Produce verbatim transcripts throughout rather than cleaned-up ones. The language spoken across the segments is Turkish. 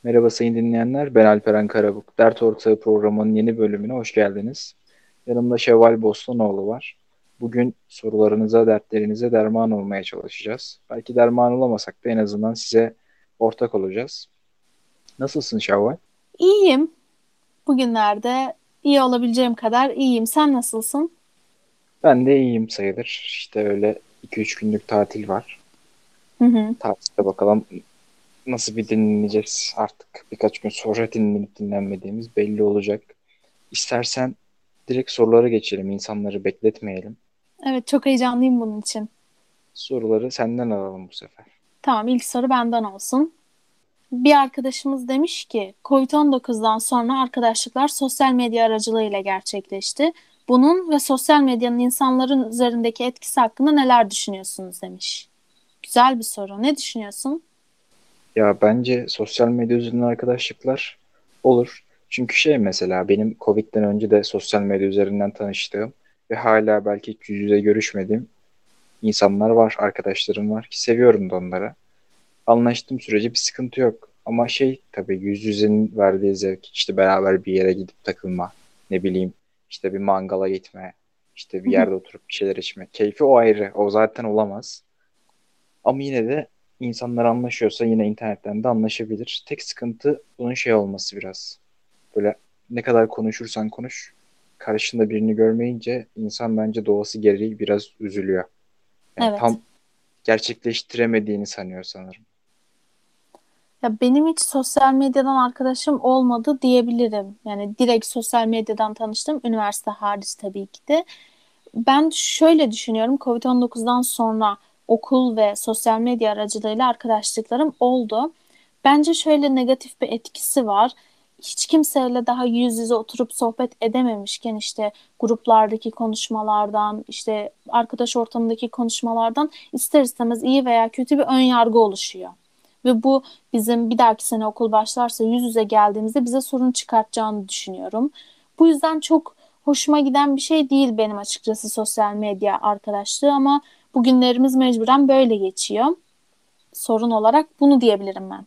Merhaba sayın dinleyenler, ben Alperen Karabuk. Dert Ortağı programının yeni bölümüne hoş geldiniz. Yanımda Şevval Bostanoğlu var. Bugün sorularınıza, dertlerinize derman olmaya çalışacağız. Belki derman olamasak da en azından size ortak olacağız. Nasılsın Şevval? İyiyim. Bugünlerde iyi olabileceğim kadar iyiyim. Sen nasılsın? Ben de iyiyim sayılır. İşte öyle iki üç günlük tatil var. Hı hı. Tatilde bakalım nasıl bir dinleneceğiz artık. Birkaç gün sonra dinlenip dinlenmediğimiz belli olacak. İstersen direkt sorulara geçelim, insanları bekletmeyelim. Evet, çok heyecanlıyım bunun için. Soruları senden alalım bu sefer. Tamam, ilk soru benden olsun. Bir arkadaşımız demiş ki covid on dokuzdan sonra arkadaşlıklar sosyal medya aracılığıyla gerçekleşti. Bunun ve sosyal medyanın insanların üzerindeki etkisi hakkında neler düşünüyorsunuz demiş. Güzel bir soru. Ne düşünüyorsun? Ya bence sosyal medya üzerinden arkadaşlıklar olur. Çünkü şey mesela benim Covid'den önce de sosyal medya üzerinden tanıştığım ve hala belki hiç yüz yüze görüşmediğim insanlar var, arkadaşlarım var ki seviyorum da onları. Anlaştığım sürece bir sıkıntı yok. Ama şey tabii yüz yüzenin verdiği zevk işte beraber bir yere gidip takılma, ne bileyim işte bir mangala gitme, işte bir yerde oturup bir şeyler içme. Keyfi o ayrı. O zaten olamaz. Ama yine de insanlar anlaşıyorsa yine internetten de anlaşabilir. Tek sıkıntı bunun şey olması biraz. Böyle ne kadar konuşursan konuş, karşında birini görmeyince insan bence doğası gereği biraz üzülüyor. Yani Evet. tam gerçekleştiremediğini sanıyor sanırım. Ya benim hiç sosyal medyadan arkadaşım olmadı diyebilirim. Yani direkt sosyal medyadan tanıştım. Üniversite hariç tabii ki de. Ben şöyle düşünüyorum. covid on dokuzdan sonra okul ve sosyal medya aracılığıyla arkadaşlıklarım oldu. Bence şöyle negatif bir etkisi var. Hiç kimseyle daha yüz yüze oturup sohbet edememişken işte gruplardaki konuşmalardan, işte arkadaş ortamındaki konuşmalardan ister istemez iyi veya kötü bir ön yargı oluşuyor. Ve bu bizim bir dahaki sene okul başlarsa yüz yüze geldiğimizde bize sorun çıkartacağını düşünüyorum. Bu yüzden çok hoşuma giden bir şey değil benim açıkçası sosyal medya arkadaşlığı ama bugünlerimiz mecburen böyle geçiyor. Sorun olarak bunu diyebilirim ben.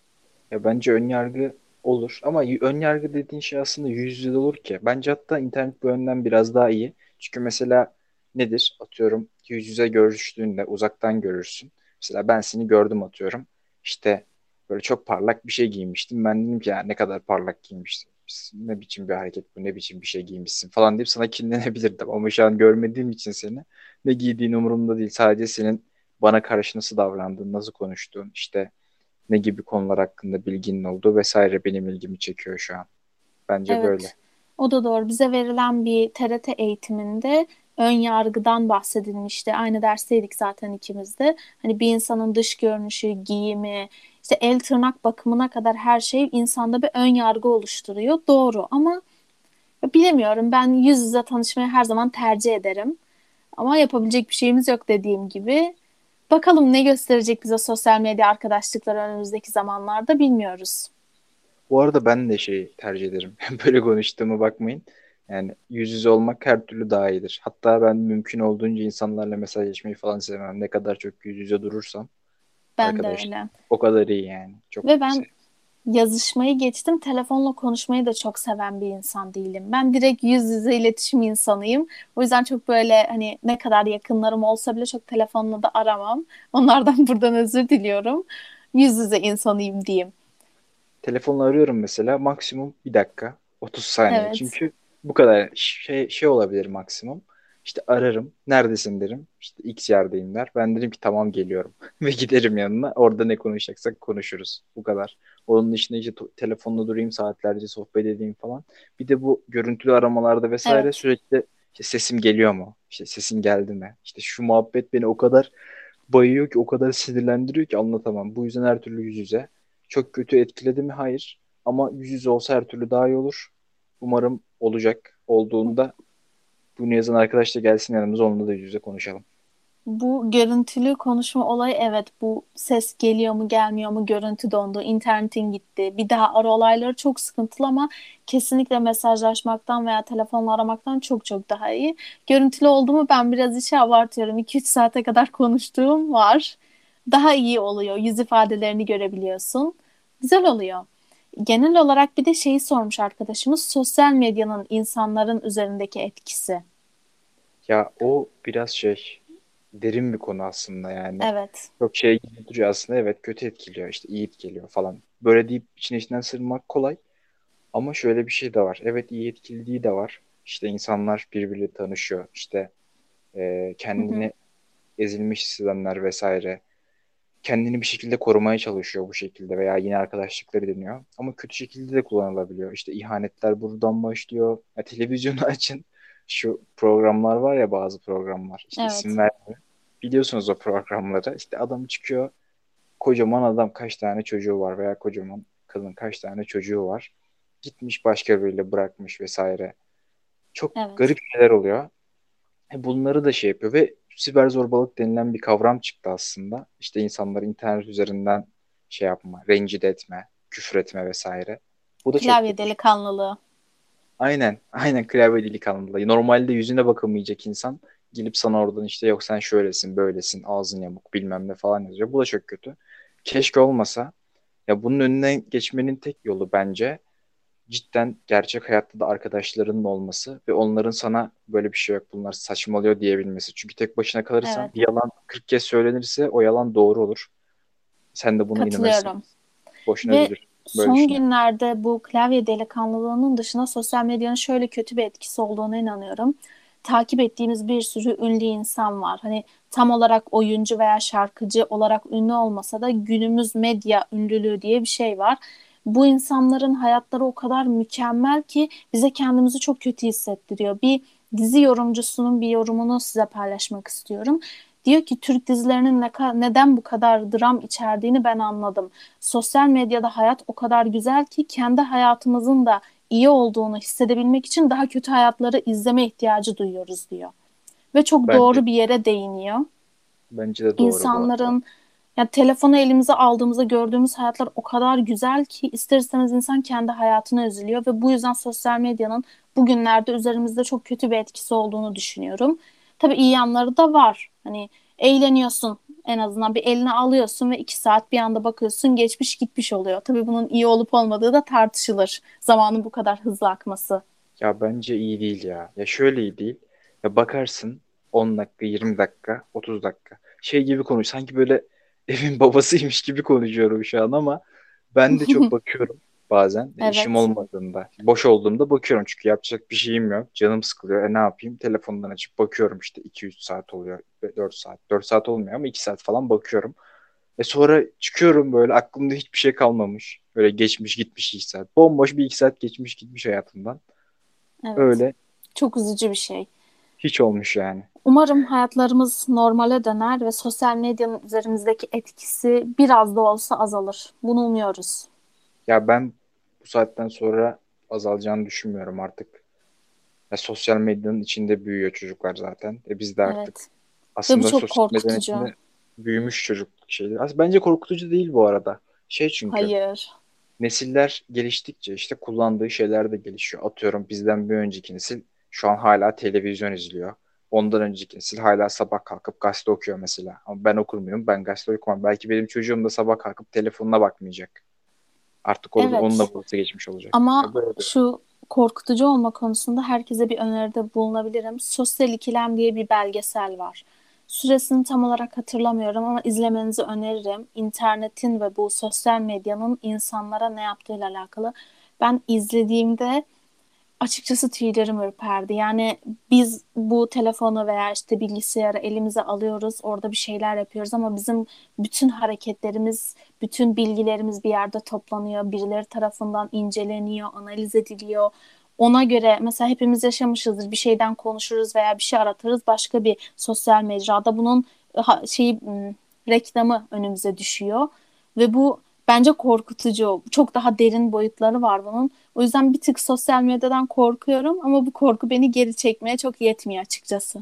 Ya bence ön yargı olur ama y- ön yargı dediğin şey aslında yüz yüze de olur ki. Bence hatta internet bu yönden biraz daha iyi. Çünkü mesela nedir? Atıyorum yüz yüze görüştüğünde uzaktan görürsün. Mesela ben seni gördüm atıyorum. İşte böyle çok parlak bir şey giymiştim. Ben dedim ki ya ne kadar parlak giymişsin. Ne biçim bir hareket bu, ne biçim bir şey giymişsin falan deyip sana kinlenebilirdim. Ama şu an görmediğim için seni ne giydiğin umurumda değil. Sadece senin bana karşı nasıl davrandığın, nasıl konuştuğun, işte ne gibi konular hakkında bilginin olduğu vesaire benim ilgimi çekiyor şu an. Bence böyle. Evet, o da doğru. Bize verilen bir T R T eğitiminde ön yargıdan bahsedilmişti. Aynı dersteydik zaten ikimiz de. Hani bir insanın dış görünüşü, giyimi, işte el tırnak bakımına kadar her şey insanda bir ön yargı oluşturuyor. Doğru ama bilemiyorum. Ben yüz yüze tanışmayı her zaman tercih ederim. Ama yapabilecek bir şeyimiz yok dediğim gibi. Bakalım ne gösterecek bize sosyal medya arkadaşlıkları önümüzdeki zamanlarda bilmiyoruz. Bu arada ben de şey tercih ederim. Böyle konuştuğuma bakmayın. Yani yüz yüze olmak her türlü daha iyidir. Hatta ben mümkün olduğunca insanlarla mesajlaşmayı falan sevmem. Ne kadar çok yüz yüze durursam Ben de arkadaş öyle. o kadar iyi yani. Çok Ve sev. ben yazışmayı geçtim, telefonla konuşmayı da çok seven bir insan değilim. Ben direkt yüz yüze iletişim insanıyım. O yüzden çok böyle hani ne kadar yakınlarım olsa bile çok telefonla da aramam. Onlardan buradan özür diliyorum. Yüz yüze insanıyım diyeyim. Telefonla arıyorum mesela maksimum bir dakika otuz saniye. Evet. Çünkü bu kadar şey, şey olabilir maksimum. İşte ararım. Neredesin derim. İşte X yerdeyim der. Ben derim ki tamam geliyorum. Ve giderim yanına. Orada ne konuşacaksak konuşuruz. Bu kadar. Onun dışında işte to- telefonla durayım saatlerce sohbet edeyim falan. Bir de bu görüntülü aramalarda vesaire Evet. sürekli işte sesim geliyor mu? İşte sesin geldi mi? İşte şu muhabbet beni o kadar bayıyor ki o kadar sinirlendiriyor ki anlatamam. Bu yüzden her türlü yüz yüze. Çok kötü etkiledi mi? Hayır. Ama yüz yüze olsa her türlü daha iyi olur. Umarım olacak. Olduğunda bunu yazan arkadaş da gelsin yanımıza onunla da yüz yüze konuşalım. Bu görüntülü konuşma olayı, evet, bu ses geliyor mu gelmiyor mu, görüntü dondu, internetin gitti. Bir daha ara olayları çok sıkıntılı ama kesinlikle mesajlaşmaktan veya telefonla aramaktan çok çok daha iyi. Görüntülü oldu mu ben biraz işe abartıyorum. iki üç saate kadar konuştuğum var. Daha iyi oluyor. Yüz ifadelerini görebiliyorsun. Güzel oluyor. Genel olarak bir de şeyi sormuş arkadaşımız, sosyal medyanın insanların üzerindeki etkisi. Ya o biraz şey, derin bir konu aslında yani. Evet. Çok şey gibi duruyor aslında, evet kötü etkiliyor işte, iyi etkiliyor falan. Böyle deyip için içinden sırmak kolay. Ama şöyle bir şey de var. Evet, iyi etkilediği de var. İşte insanlar birbiriyle tanışıyor. İşte e, Hı hı. kendini ezilmiş hissedenler vesaire kendini bir şekilde korumaya çalışıyor bu şekilde veya yine arkadaşlıkları deniyor. Ama kötü şekilde de kullanılabiliyor. İşte ihanetler buradan başlıyor. Ya, televizyonu açın. Şu programlar var ya, bazı programlar. İşte isim Evet. vermiyor. Biliyorsunuz o programları. İşte adam çıkıyor. Kocaman adam kaç tane çocuğu var veya kocaman kadın kaç tane çocuğu var. Gitmiş başka biriyle bırakmış vesaire. Çok Evet. garip şeyler oluyor. E, Bunları da şey yapıyor ve siber zorbalık denilen bir kavram çıktı aslında. İşte insanları internet üzerinden şey yapma, rencide etme, küfür etme vesaire. Bu da çok Klavye kötü. delikanlılığı. Aynen, aynen klavye delikanlılığı. Normalde yüzüne bakamayacak insan gelip sana oradan işte yok sen şöylesin, böylesin, ağzın yamuk bilmem ne falan yazıyor. Bu da çok kötü. Keşke olmasa. Ya bunun önüne geçmenin tek yolu bence cidden gerçek hayatta da arkadaşlarının olması ve onların sana böyle bir şey yok bunlar saçmalıyor diyebilmesi. Çünkü tek başına kalırsan Evet. bir yalan kırk kez söylenirse o yalan doğru olur. Sen de buna inanırsın. Katılıyorum. Boşuna Ve üzülürsün. Böyle son düşünüyorum. günlerde bu klavye delikanlılığının dışında sosyal medyanın şöyle kötü bir etkisi olduğuna inanıyorum. Takip ettiğimiz bir sürü ünlü insan var. Hani tam olarak oyuncu veya şarkıcı olarak ünlü olmasa da günümüz medya ünlülüğü diye bir şey var. Bu insanların hayatları o kadar mükemmel ki bize kendimizi çok kötü hissettiriyor. Bir dizi yorumcusunun bir yorumunu size paylaşmak istiyorum. Diyor ki Türk dizilerinin ne ka- neden bu kadar dram içerdiğini ben anladım. Sosyal medyada hayat o kadar güzel ki kendi hayatımızın da iyi olduğunu hissedebilmek için daha kötü hayatları izleme ihtiyacı duyuyoruz diyor. Ve çok Bence doğru bir yere değiniyor. bence de doğru bu arada. İnsanların, ya telefonu elimize aldığımızda gördüğümüz hayatlar o kadar güzel ki ister istemez insan kendi hayatına üzülüyor ve bu yüzden sosyal medyanın bugünlerde üzerimizde çok kötü bir etkisi olduğunu düşünüyorum. Tabii iyi yanları da var. Hani eğleniyorsun, en azından bir eline alıyorsun ve iki saat bir anda bakıyorsun geçmiş gitmiş oluyor. Tabii bunun iyi olup olmadığı da tartışılır. Zamanın bu kadar hızlı akması. Ya bence iyi değil ya. Ya şöyle iyi değil. Ya bakarsın on dakika, yirmi dakika, otuz dakika. Şey gibi konuş. Sanki böyle evin babasıymış gibi konuşuyorum şu an ama ben de çok bakıyorum bazen. E, işim Evet, olmadığında, boş olduğumda bakıyorum çünkü yapacak bir şeyim yok. Canım sıkılıyor. E ne yapayım? Telefondan açıp bakıyorum işte iki üç saat oluyor. dört saat. dört saat olmuyor ama iki saat falan bakıyorum. E sonra çıkıyorum böyle aklımda hiçbir şey kalmamış. Böyle geçmiş gitmiş iki saat. Bomboş bir iki saat geçmiş gitmiş hayatımdan. evet. Öyle Çok üzücü bir şey. hiç olmuş yani. Umarım hayatlarımız normale döner ve sosyal medyanın üzerimizdeki etkisi biraz da olsa azalır. Bunu umuyoruz. Ya ben bu saatten sonra azalacağını düşünmüyorum artık. Ya sosyal medyanın içinde büyüyor çocuklar zaten. E biz de Evet. artık Ve bu aslında çok sosyal medyanın korkutucu. içinde büyümüş çocuk şeyler. Aslında bence korkutucu değil bu arada. Şey çünkü Hayır. nesiller geliştikçe işte kullandığı şeyler de gelişiyor. Atıyorum bizden bir önceki nesil şu an hala televizyon izliyor. Ondan önceki nesil hala sabah kalkıp gazete okuyor mesela. Ama ben okur muyum? Ben gazete okumam. Belki benim çocuğum da sabah kalkıp telefonuna bakmayacak. Artık orada onunla Evet. burası geçmiş olacak. Ama Ya böyle de. şu korkutucu olma konusunda herkese bir öneride bulunabilirim. Sosyal İkilem diye bir belgesel var. Süresini tam olarak hatırlamıyorum ama izlemenizi öneririm. İnternetin ve bu sosyal medyanın insanlara ne yaptığıyla alakalı. Ben izlediğimde açıkçası tüylerim ürperdi. Yani biz bu telefonu veya işte bilgisayarı elimize alıyoruz, orada bir şeyler yapıyoruz ama bizim bütün hareketlerimiz, bütün bilgilerimiz bir yerde toplanıyor, birileri tarafından inceleniyor, analiz ediliyor. Ona göre mesela hepimiz yaşamışızdır, bir şeyden konuşuruz veya bir şey aratırız, başka bir sosyal mecrada bunun ha, şeyi m, reklamı önümüze düşüyor ve bu bence korkutucu. Çok daha derin boyutları var bunun. O yüzden bir tık sosyal medyadan korkuyorum ama bu korku beni geri çekmeye çok yetmiyor açıkçası.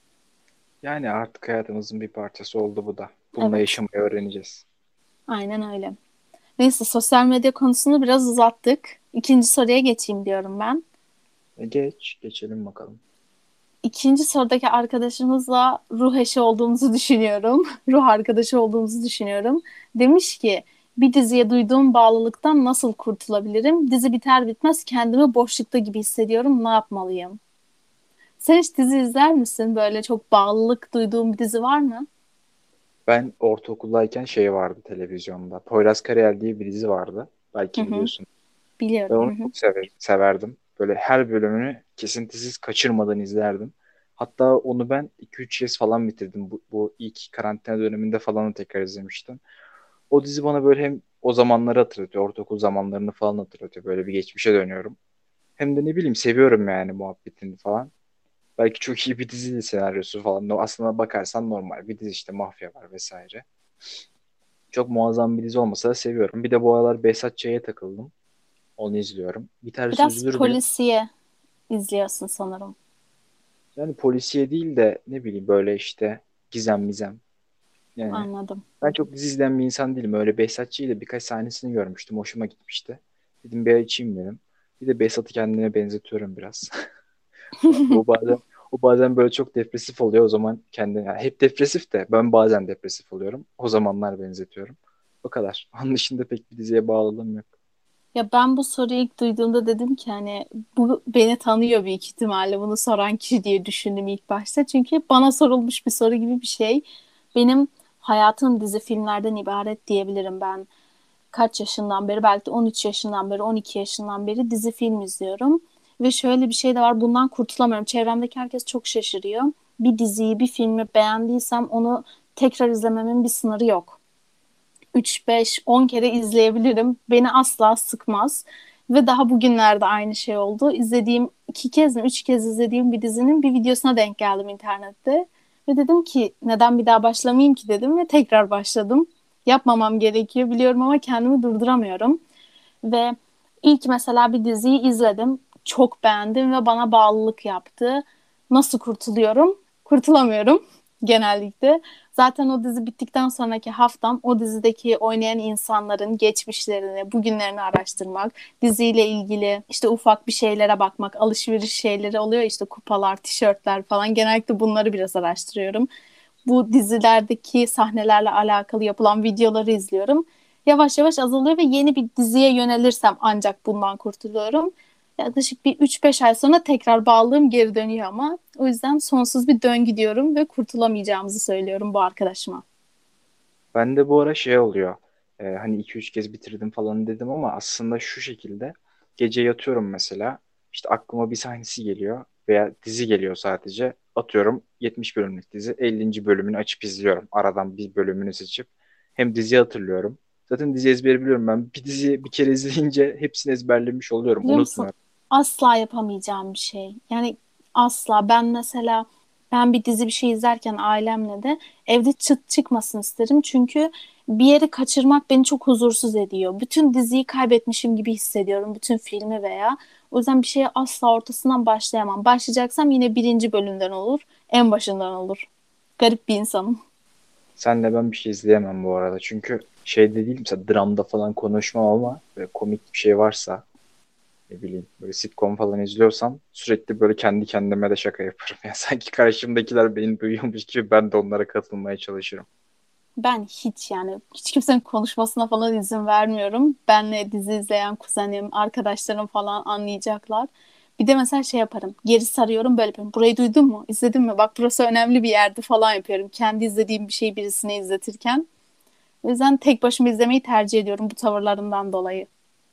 Yani artık hayatımızın bir parçası oldu bu da. Bununla Evet, yaşamayı öğreneceğiz. aynen öyle. Neyse sosyal medya konusunu biraz uzattık. İkinci soruya geçeyim diyorum ben. E geç, geçelim bakalım. İkinci sorudaki arkadaşımızla ruh eşi olduğumuzu düşünüyorum. Ruh arkadaşı olduğumuzu düşünüyorum. Demiş ki Bir diziye duyduğum bağlılıktan nasıl kurtulabilirim? Dizi biter bitmez kendimi boşlukta gibi hissediyorum. Ne yapmalıyım? Sen hiç dizi izler misin? Böyle çok bağlılık duyduğun bir dizi var mı? Ben ortaokuldayken şey vardı televizyonda. Poyraz Karayel diye bir dizi vardı. Hı Belki hı, biliyorsun. Ben biliyorum. onu Hı hı. çok sever, severdim. Böyle her bölümünü kesintisiz kaçırmadan izlerdim. Hatta onu ben iki üç kez falan bitirdim. Bu, bu ilk karantina döneminde falan da tekrar izlemiştim. O dizi bana böyle hem o zamanları hatırlatıyor. Ortaokul zamanlarını falan hatırlatıyor. Böyle bir geçmişe dönüyorum. Hem de ne bileyim seviyorum yani muhabbetini falan. Belki çok iyi bir dizi değil senaryosu falan. No, aslına bakarsan normal bir dizi işte mafya var vesaire. Çok muazzam bir dizi olmasa da seviyorum. Bir de bu aralar Behzat Ç'ye takıldım. Onu izliyorum. Biterse Biraz üzülür müyüm? polisiye izliyorsun sanırım. Yani polisiye değil de ne bileyim böyle işte gizem mizem. Yani Anladım. ben çok dizi izleyen bir insan değilim. Öyle Behzat Ç'yi de birkaç sahnesini görmüştüm. Hoşuma gitmişti. Dedim bir açayım dedim. Bir de Behzat'ı kendine benzetiyorum biraz. O bazen o bazen böyle çok depresif oluyor. O zaman kendine yani hep depresif de ben bazen depresif oluyorum. O zamanlar benzetiyorum. O kadar. Onun dışında pek bir diziye bağlılığım yok. Ya ben bu soruyu ilk duyduğumda dedim ki hani bu beni tanıyor büyük ihtimalle bunu soran kişi diye düşündüm ilk başta. Çünkü bana sorulmuş bir soru gibi bir şey. Benim hayatım dizi filmlerden ibaret diyebilirim ben. Kaç yaşından beri belki on üç yaşından beri on iki yaşından beri dizi film izliyorum. Ve şöyle bir şey de var bundan kurtulamıyorum. Çevremdeki herkes çok şaşırıyor. Bir diziyi bir filmi beğendiysem onu tekrar izlememin bir sınırı yok. Üç, beş, on kere izleyebilirim. Beni asla sıkmaz. Ve daha bugünlerde aynı şey oldu. İzlediğim iki kez mi üç kez izlediğim bir dizinin bir videosuna denk geldim internette. Ve dedim ki neden bir daha başlamayayım ki dedim ve tekrar başladım. Yapmamam gerekiyor biliyorum ama kendimi durduramıyorum. Ve ilk mesela bir diziyi izledim. Çok beğendim ve bana bağlılık yaptı. Nasıl kurtuluyorum? Kurtulamıyorum genellikle. Zaten o dizi bittikten sonraki haftam o dizideki oynayan insanların geçmişlerini, bugünlerini araştırmak, diziyle ilgili işte ufak bir şeylere bakmak, alışveriş şeyleri oluyor işte kupalar, tişörtler falan. Genellikle bunları biraz araştırıyorum. Bu dizilerdeki sahnelerle alakalı yapılan videoları izliyorum. Yavaş yavaş azalıyor ve yeni bir diziye yönelirsem ancak bundan kurtuluyorum. Yaklaşık bir üç beş ay sonra tekrar bağlılığım geri dönüyor ama o yüzden sonsuz bir döngü diyorum ve kurtulamayacağımızı söylüyorum bu arkadaşıma. Ben de bu ara şey oluyor. Ee, hani iki üç kez bitirdim falan dedim ama aslında şu şekilde gece yatıyorum mesela. İşte aklıma bir sahnesi geliyor veya dizi geliyor sadece. Atıyorum yetmiş bölümlük dizi. ellinci bölümünü açıp izliyorum. Aradan bir bölümünü seçip hem diziyi hatırlıyorum. Zaten dizi ezberi biliyorum ben. Bir diziyi bir kere izleyince hepsini ezberlemiş oluyorum. Biliyor musun? Unutmuyorum. Asla yapamayacağım bir şey. Yani asla. Ben mesela ben bir dizi bir şey izlerken ailemle de evde çıt çıkmasın isterim. Çünkü bir yeri kaçırmak beni çok huzursuz ediyor. Bütün diziyi kaybetmişim gibi hissediyorum. Bütün filmi veya. O yüzden bir şeye asla ortasından başlayamam. Başlayacaksam yine birinci bölümden olur. En başından olur. Garip bir insanım. Senle ben bir şey izleyemem bu arada. Çünkü şeyde değil mesela dramda falan konuşmam ama böyle komik bir şey varsa ne bileyim böyle sitcom falan izliyorsam sürekli böyle kendi kendime de şaka yaparım. Yani sanki karşımdakiler beni duyuyormuş gibi ben de onlara katılmaya çalışırım. Ben hiç yani hiç kimsenin konuşmasına falan izin vermiyorum. Benle dizi izleyen kuzenim, arkadaşlarım falan anlayacaklar. Bir de mesela şey yaparım. Geri sarıyorum böyle yapıyorum. Burayı duydun mu? İzledin mi? Bak burası önemli bir yerdi falan yapıyorum. Kendi izlediğim bir şeyi birisine izletirken. O yüzden tek başıma izlemeyi tercih ediyorum bu tavırlarımdan dolayı.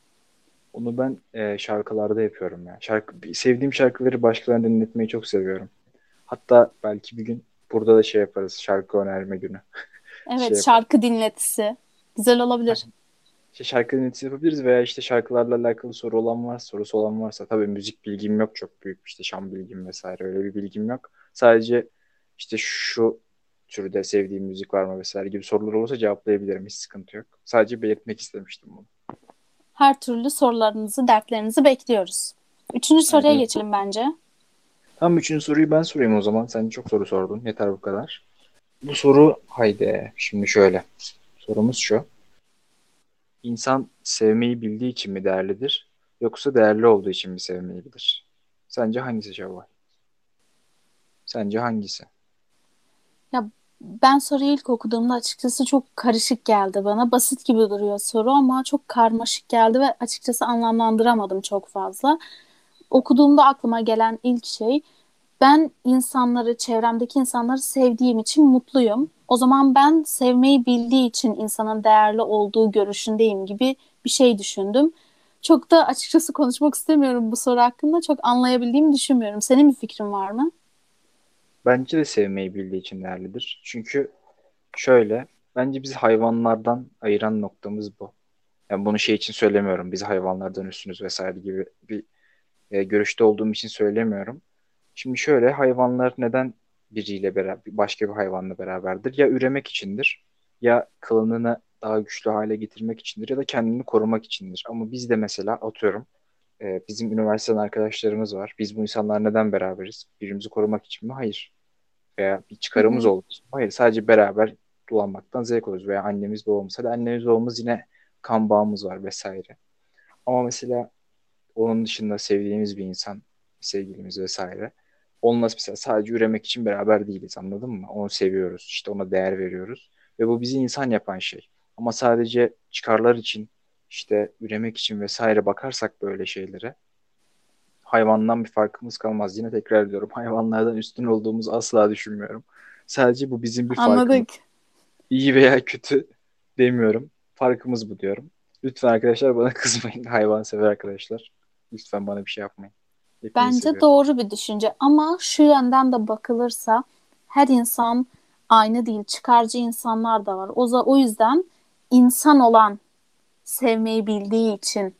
Onu ben e, şarkılarda yapıyorum ya. Şarkı, sevdiğim şarkıları başkalarına dinletmeyi çok seviyorum. Hatta belki bir gün burada da şey yaparız. Şarkı önerme günü. Evet, Şey yaparız. şarkı dinletisi. Güzel olabilir. İşte şarkı dinletisi yapabiliriz veya işte şarkılarla alakalı soru olan varsa, sorusu olan varsa tabii müzik bilgim yok çok büyük işte şan bilgim vesaire öyle bir bilgim yok. Sadece işte şu türde sevdiğim müzik var mı vesaire gibi sorular olursa cevaplayabilirim hiç sıkıntı yok. Sadece belirtmek istemiştim bunu. Her türlü sorularınızı, dertlerinizi bekliyoruz. Üçüncü soruya Aynen. geçelim bence. Tam üçüncü soruyu ben sorayım o zaman. Sen çok soru sordun. Yeter bu kadar. Bu soru haydi şimdi şöyle. Sorumuz şu. İnsan sevmeyi bildiği için mi değerlidir yoksa değerli olduğu için mi sevmeyi bilir? Sence hangisi cevap? Sence hangisi? Ya Ben soruyu ilk okuduğumda açıkçası çok karışık geldi bana. Basit gibi duruyor soru ama çok karmaşık geldi ve açıkçası anlamlandıramadım çok fazla. Okuduğumda aklıma gelen ilk şey, ben insanları, çevremdeki insanları sevdiğim için mutluyum. O zaman ben sevmeyi bildiği için insanın değerli olduğu görüşündeyim gibi bir şey düşündüm. Çok da açıkçası konuşmak istemiyorum bu soru hakkında. Çok anlayabildiğimi düşünmüyorum. Senin bir fikrin var mı? Bence de sevmeyi bildiği için değerlidir. Çünkü şöyle, bence bizi hayvanlardan ayıran noktamız bu. Yani bunu şey için söylemiyorum. Biz hayvanlardan üstünüz vesaire gibi bir e, görüşte olduğum için söylemiyorum. Şimdi şöyle, hayvanlar neden biriyle beraber, başka bir hayvanla beraberdir? Ya üremek içindir, ya kılını daha güçlü hale getirmek içindir, ya da kendini korumak içindir. Ama biz de mesela atıyorum, e, bizim üniversiteden arkadaşlarımız var. Biz bu insanlar neden beraberiz? Birbirimizi korumak için mi? Hayır. Veya bir Hı çıkarımız hı. olduğu için mi? Hayır. Sadece beraber dolanmaktan zevk alıyoruz. Veya annemiz babamız. Hadi annemiz babamız yine kan bağımız var vesaire. Ama mesela onun dışında sevdiğimiz bir insan, sevgilimiz vesaire. Onunla mesela sadece üremek için beraber değiliz, anladın mı? Onu seviyoruz, işte ona değer veriyoruz. Ve bu bizi insan yapan şey. Ama sadece çıkarlar için, işte üremek için vesaire bakarsak böyle şeylere, hayvandan bir farkımız kalmaz. Yine tekrar ediyorum, hayvanlardan üstün olduğumuzu asla düşünmüyorum. Sadece bu bizim bir farkımız. Anladık. İyi veya kötü demiyorum. Farkımız bu diyorum. Lütfen arkadaşlar bana kızmayın. Hayvansever arkadaşlar. Lütfen bana bir şey yapmayın. Hepinizi Bence seviyorum. doğru bir düşünce ama şu yönden de bakılırsa her insan aynı değil. Çıkarcı insanlar da var. O, za- o yüzden insan olan sevmeyi bildiği için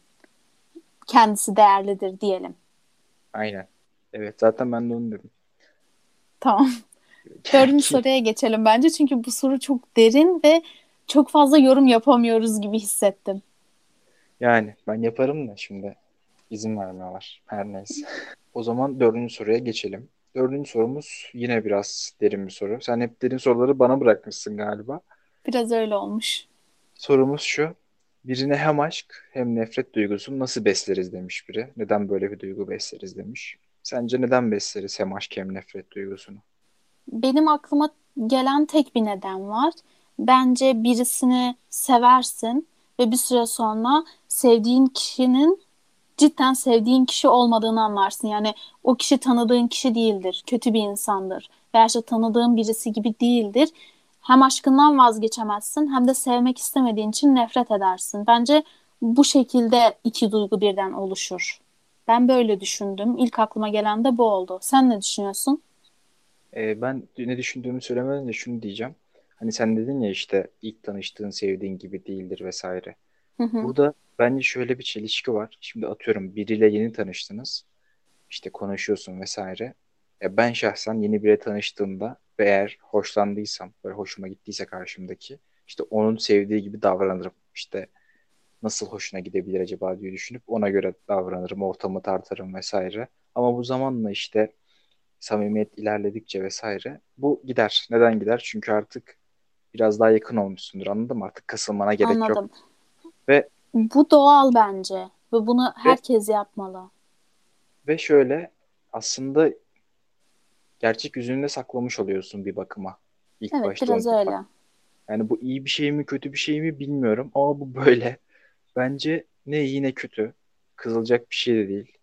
kendisi değerlidir diyelim. Aynen. Evet, zaten ben de onu dedim. Tamam. Dördüncü Ki soruya geçelim bence çünkü bu soru çok derin ve çok fazla yorum yapamıyoruz gibi hissettim. yani ben yaparım da şimdi izin vermiyorlar. Her neyse. O zaman dördüncü soruya geçelim. Dördüncü sorumuz yine biraz derin bir soru. Sen hep derin soruları bana bırakmışsın galiba. Biraz öyle olmuş. Sorumuz şu. Birine hem aşk hem nefret duygusunu nasıl besleriz demiş biri. Neden böyle bir duygu besleriz demiş. Sence neden besleriz hem aşk hem nefret duygusunu? Benim aklıma gelen tek bir neden var. Bence birisini seversin ve bir süre sonra sevdiğin kişinin cidden sevdiğin kişi olmadığını anlarsın. Yani o kişi tanıdığın kişi değildir, kötü bir insandır veya işte tanıdığın birisi gibi değildir. Hem aşkından vazgeçemezsin hem de sevmek istemediğin için nefret edersin. Bence bu şekilde iki duygu birden oluşur. Ben böyle düşündüm. İlk aklıma gelen de bu oldu. Sen ne düşünüyorsun? Ee, ben ne düşündüğümü söylemeden önce şunu diyeceğim. Hani sen dedin ya, işte ilk tanıştığın sevdiğin gibi değildir vesaire. Hı hı. Burada bence şöyle bir çelişki var. Şimdi atıyorum, biriyle yeni tanıştınız. İşte konuşuyorsun vesaire. Ya ben şahsen yeni biriyle tanıştığımda ve eğer hoşlandıysam, böyle hoşuma gittiyse karşımdaki, işte onun sevdiği gibi davranırım. İşte nasıl hoşuna gidebilir acaba diye düşünüp ona göre davranırım, ortamı tartarım vesaire. Ama bu zamanla işte samimiyet ilerledikçe vesaire bu gider. Neden gider? Çünkü artık biraz daha yakın olmuşsundur, anladın mı? Artık kasılmana gerek yok. Anladım. Ve Bu doğal bence ve bunu ve herkes yapmalı. ve şöyle, aslında gerçek yüzünü de saklamış oluyorsun bir bakıma. İlk Evet, başta onu biraz yapar. öyle. Yani bu iyi bir şey mi kötü bir şey mi bilmiyorum ama bu böyle. Bence ne iyi ne kötü. Kızılacak bir şey de değil.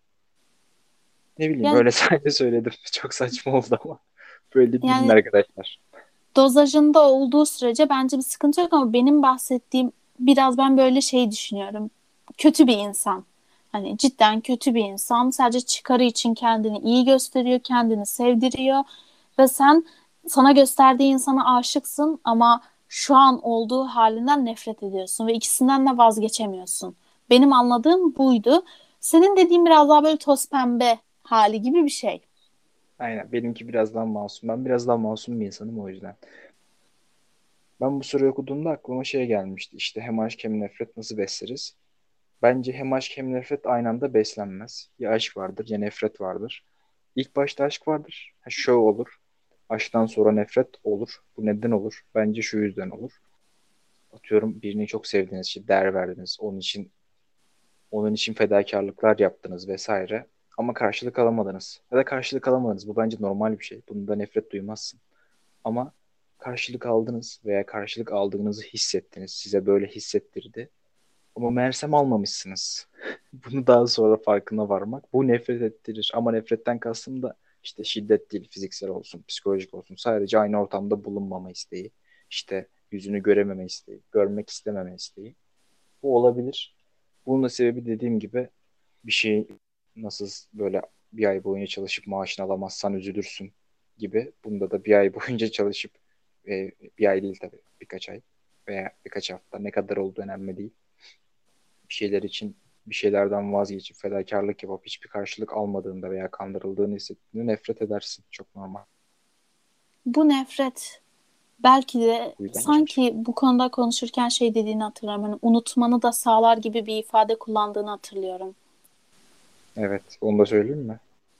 Ne bileyim, Yani öyle sadece söyledim. Çok saçma oldu ama. Böyle bilin yani arkadaşlar. dozajında olduğu sürece bence bir sıkıntı yok ama benim bahsettiğim biraz ben böyle şey düşünüyorum. Kötü bir insan. Hani cidden kötü bir insan. Sadece çıkarı için kendini iyi gösteriyor, kendini sevdiriyor ve sen sana gösterdiği insana aşıksın ama şu an olduğu halinden nefret ediyorsun ve ikisinden de vazgeçemiyorsun. Benim anladığım buydu. Senin dediğin biraz daha böyle toz pembe hali gibi bir şey. Aynen, benimki biraz daha masum. Ben biraz daha masum bir insanım o yüzden. Ben bu soruyu okuduğumda aklıma şey gelmişti. İşte hem aşk hem nefret nasıl besleriz? Bence hem aşk hem nefret aynı anda beslenmez. Ya aşk vardır ya nefret vardır. İlk başta aşk vardır. Ha, şöyle olur. Aşktan sonra nefret olur. Bu neden olur? Bence şu yüzden olur. Atıyorum, birini çok sevdiğiniz için değer verdiniz. Onun için onun için fedakarlıklar yaptınız vesaire. Ama karşılık alamadınız. Ya da karşılık alamadınız. Bu bence normal bir şey. Bunda nefret duymazsın. Ama karşılık aldınız veya karşılık aldığınızı hissettiniz. Size böyle hissettirdi. Ama meğersem almamışsınız. Bunu daha sonra farkına varmak. Bu nefret ettirir. Ama nefretten kastım da işte şiddet değil, fiziksel olsun, psikolojik olsun. Sadece aynı ortamda bulunmama isteği. İşte yüzünü görememe isteği, görmek istememe isteği. Bu olabilir. Bunun da sebebi dediğim gibi bir şey nasıl böyle bir ay boyunca çalışıp maaşını alamazsan üzülürsün gibi. Bunda da bir ay boyunca çalışıp e, bir ay değil tabii birkaç ay veya birkaç hafta ne kadar olduğu önemli değil. Bir şeyler için bir şeylerden vazgeçip fedakarlık yapıp hiçbir karşılık almadığında veya kandırıldığını hissettiğinde nefret edersin. Çok normal. Bu nefret belki de Bu yüzden çalışma. sanki bu konuda konuşurken şey dediğini hatırlıyorum. Hani unutmanı da sağlar gibi bir ifade kullandığını hatırlıyorum. Evet, onu da söyleyeyim mi?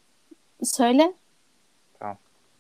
Söyle. Tamam.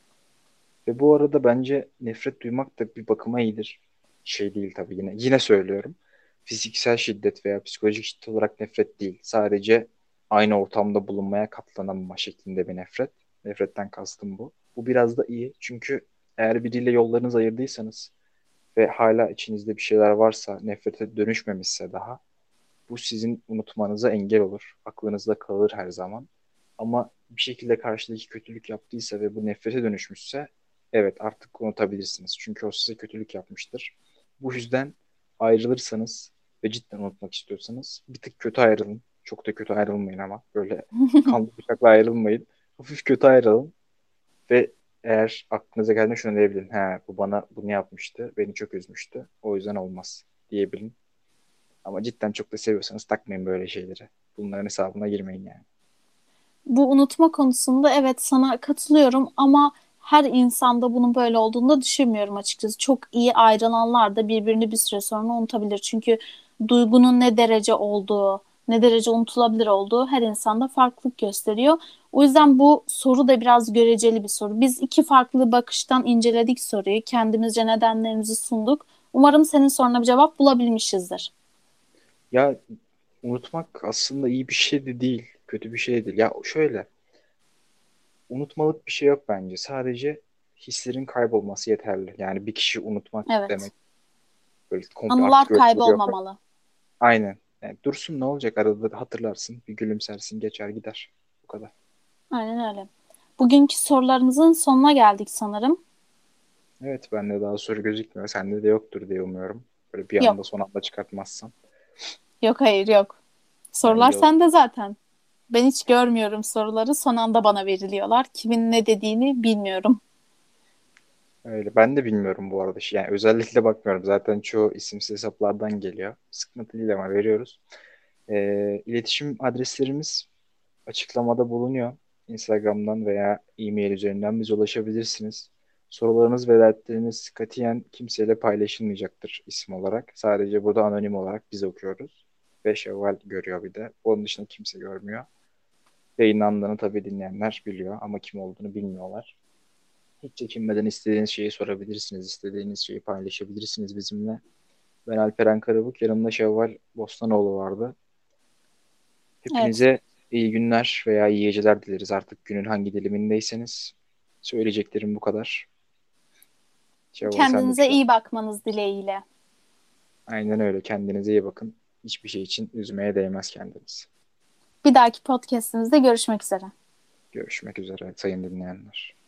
Ve bu arada bence nefret duymak da bir bakıma iyidir. Şey değil tabii yine. Yine söylüyorum. Fiziksel şiddet veya psikolojik şiddet olarak nefret değil. Sadece aynı ortamda bulunmaya katlanamama şeklinde bir nefret. Nefretten kastım bu. Bu biraz da iyi. Çünkü eğer biriyle yollarınızı ayırdıysanız ve hala içinizde bir şeyler varsa, nefrete dönüşmemişse daha, bu sizin unutmanıza engel olur. Aklınızda kalır her zaman. Ama bir şekilde karşıdaki kötülük yaptıysa ve bu nefrete dönüşmüşse evet artık unutabilirsiniz. Çünkü o size kötülük yapmıştır. Bu yüzden ayrılırsanız ve cidden unutmak istiyorsanız bir tık kötü ayrılın. Çok da kötü ayrılmayın ama böyle kan bıçakla ayrılmayın. Hafif kötü ayrılın ve eğer aklınıza geldiğinde şunu diyebilin. He, bu bana bunu yapmıştı. Beni çok üzmüştü. O yüzden olmaz diyebilin. Ama cidden çok da seviyorsanız takmayın böyle şeyleri. Bunların hesabına girmeyin yani. Bu unutma konusunda evet sana katılıyorum ama her insanda bunun böyle olduğunu da düşünmüyorum açıkçası. Çok iyi ayrılanlar da birbirini bir süre sonra unutabilir. Çünkü duygunun ne derece olduğu, ne derece unutulabilir olduğu her insanda farklılık gösteriyor. O yüzden bu soru da biraz göreceli bir soru. Biz iki farklı bakıştan inceledik soruyu. Kendimizce nedenlerimizi sunduk. Umarım senin soruna bir cevap bulabilmişizdir. Ya unutmak aslında iyi bir şey de değil, kötü bir şey de değil. Ya şöyle, unutmalık bir şey yok bence. Sadece hislerin kaybolması yeterli. Yani bir kişi unutmak Evet. demek böyle komple Anılar artık öyle bir şey yok. kaybolmamalı. Aynen. Yani dursun ne olacak arada da hatırlarsın, bir gülümsersin, geçer gider. Bu kadar. Aynen öyle. Bugünkü sorularımızın sonuna geldik sanırım. Evet bende daha soru gözükmüyor. Sende de yoktur diye umuyorum. Böyle bir anda Yok. son anda çıkartmazsan. Yok hayır yok. Ha, Sorular iyi oldu. sende zaten. Ben hiç görmüyorum soruları. Son anda bana veriliyorlar. Kimin ne dediğini bilmiyorum. Öyle. Ben de bilmiyorum bu arada. Yani özellikle bakmıyorum. Zaten çoğu isimsiz hesaplardan geliyor. Sıkıntı değil ama veriyoruz. Ee, iletişim adreslerimiz açıklamada bulunuyor. Instagram'dan veya e-mail üzerinden bize ulaşabilirsiniz. Sorularınız ve dertleriniz katiyen kimseyle paylaşılmayacaktır isim olarak. Sadece burada anonim olarak biz okuyoruz. Ve Şevval görüyor bir de. Onun dışında kimse görmüyor. Yayınlandığını tabii dinleyenler biliyor ama kim olduğunu bilmiyorlar. Hiç çekinmeden istediğiniz şeyi sorabilirsiniz. İstediğiniz şeyi paylaşabilirsiniz bizimle. Ben Alperen Karabuk. Yanımda Şevval Bostanoğlu vardı. Evet. Hepinize iyi günler veya iyi geceler dileriz. Artık günün hangi dilimindeyseniz. Söyleyeceklerim bu kadar. Şevval sen de bir Kendinize şey. iyi bakmanız dileğiyle. Aynen öyle. Kendinize iyi bakın. Hiçbir şey için üzmeye değmez kendinizi. Bir dahaki podcast'imizde görüşmek üzere. Görüşmek üzere sayın dinleyenler.